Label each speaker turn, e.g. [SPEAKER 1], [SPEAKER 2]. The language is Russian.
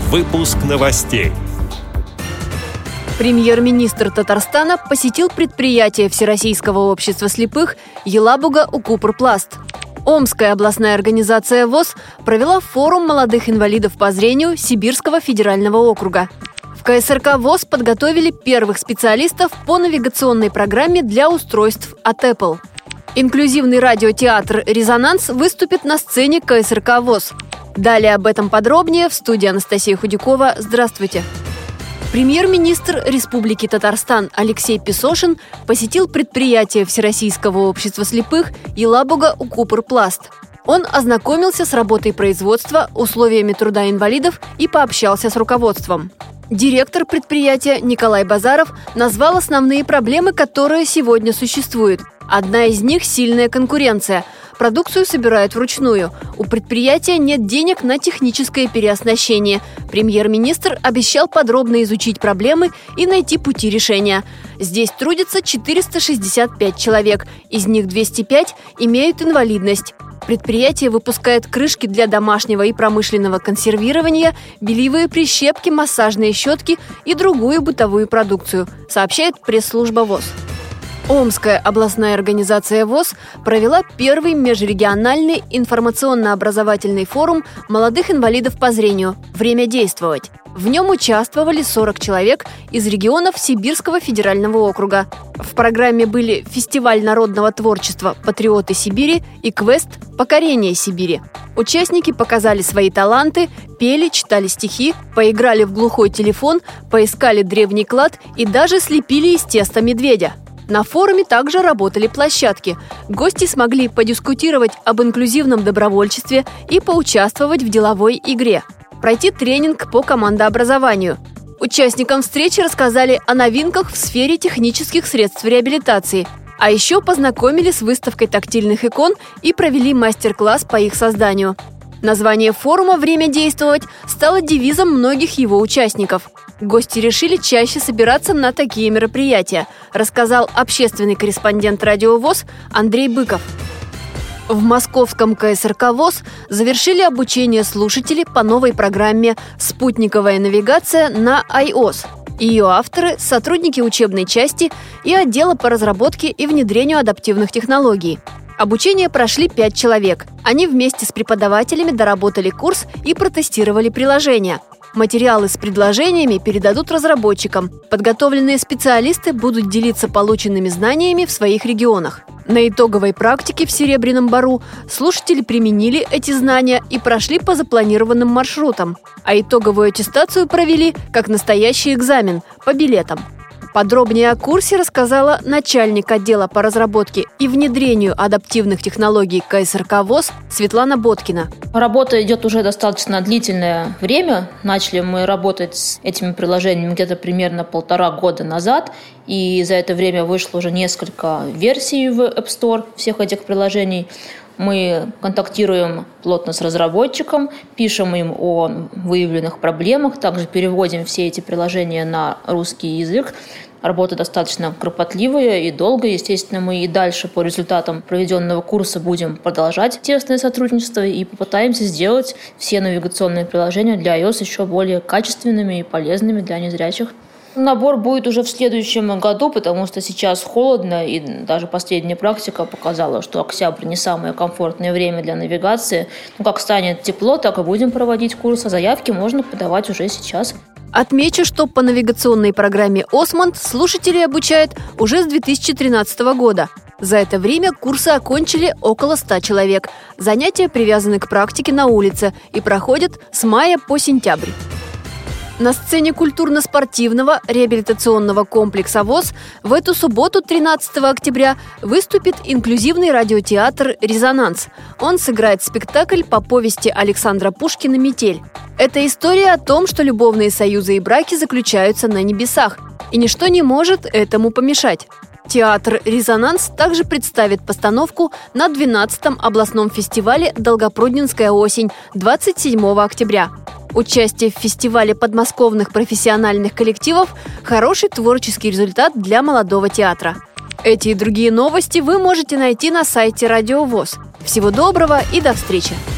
[SPEAKER 1] Выпуск новостей.
[SPEAKER 2] Премьер-министр Татарстана посетил предприятие Всероссийского общества слепых Елабуга-Укупорпласт. Омская областная организация ВОС провела форум молодых инвалидов по зрению Сибирского федерального округа. В КСРК ВОС подготовили первых специалистов по навигационной программе для устройств от Apple. Инклюзивный радиотеатр «Резонанс» выступит на сцене КСРК ВОС. Далее об этом подробнее в студии Анастасия Худякова. Здравствуйте! Премьер-министр Республики Татарстан Алексей Песошин посетил предприятие Всероссийского общества слепых Елабуга-Укупорпласт. Он ознакомился с работой производства, условиями труда инвалидов и пообщался с руководством. Директор предприятия Николай Базаров назвал основные проблемы, которые сегодня существуют. Одна из них – сильная конкуренция. Продукцию собирают вручную. У предприятия нет денег на техническое переоснащение. Премьер-министр обещал подробно изучить проблемы и найти пути решения. Здесь трудится 465 человек, из них 205 имеют инвалидность. Предприятие выпускает крышки для домашнего и промышленного консервирования, бельевые прищепки, массажные щетки и другую бытовую продукцию, сообщает пресс-служба ВОС. Омская областная организация ВОС провела первый межрегиональный информационно-образовательный форум молодых инвалидов по зрению «Время действовать». В нем участвовали 40 человек из регионов Сибирского федерального округа. В программе были фестиваль народного творчества «Патриоты Сибири» и квест «Покорение Сибири». Участники показали свои таланты, пели, читали стихи, поиграли в глухой телефон, поискали древний клад и даже слепили из теста медведя. На форуме также работали площадки. Гости смогли подискутировать об инклюзивном добровольчестве и поучаствовать в деловой игре. Пройти тренинг по командообразованию. Участникам встречи рассказали о новинках в сфере технических средств реабилитации. А еще познакомили с выставкой тактильных икон и провели мастер-класс по их созданию. Название форума «Время действовать» стало девизом многих его участников. Гости решили чаще собираться на такие мероприятия, рассказал общественный корреспондент радио ВОС Андрей Быков. В московском КСРК ВОС завершили обучение слушателей по новой программе «Спутниковая навигация» на iOS. Ее авторы – сотрудники учебной части и отдела по разработке и внедрению адаптивных технологий. Обучение прошли 5 человек. Они вместе с преподавателями доработали курс и протестировали приложение. Материалы с предложениями передадут разработчикам. Подготовленные специалисты будут делиться полученными знаниями в своих регионах. На итоговой практике в Серебряном Бору слушатели применили эти знания и прошли по запланированным маршрутам. А итоговую аттестацию провели как настоящий экзамен по билетам. Подробнее о курсе рассказала начальник отдела по разработке и внедрению адаптивных технологий КСРК ВОС Светлана Боткина.
[SPEAKER 3] Работа идет уже достаточно длительное время. Начали мы работать с этими приложениями где-то примерно 1,5 года назад. И за это время вышло уже несколько версий в App Store всех этих приложений. Мы контактируем плотно с разработчиком, пишем им о выявленных проблемах, также переводим все эти приложения на русский язык. Работа достаточно кропотливая и долгая. Естественно, мы и дальше по результатам проведенного курса будем продолжать тесное сотрудничество и попытаемся сделать все навигационные приложения для iOS еще более качественными и полезными для незрячих. Набор будет уже в следующем году, потому что сейчас холодно, и даже последняя практика показала, что октябрь не самое комфортное время для навигации. Как станет тепло, так и будем проводить курсы. Заявки можно подавать уже сейчас.
[SPEAKER 2] Отмечу, что по навигационной программе «Осмонд» слушателей обучают уже с 2013 года. За это время курсы окончили около 100 человек. Занятия привязаны к практике на улице и проходят с мая по сентябрь. На сцене культурно-спортивного реабилитационного комплекса ВОС в эту субботу, 13 октября, выступит инклюзивный радиотеатр «Резонанс». Он сыграет спектакль по повести Александра Пушкина «Метель». Это история о том, что любовные союзы и браки заключаются на небесах, и ничто не может этому помешать. Театр «Резонанс» также представит постановку на 12-м областном фестивале «Долгопрудненская осень» 27 октября. Участие в фестивале подмосковных профессиональных коллективов – хороший творческий результат для молодого театра. Эти и другие новости вы можете найти на сайте Радио ВОС. Всего доброго и до встречи!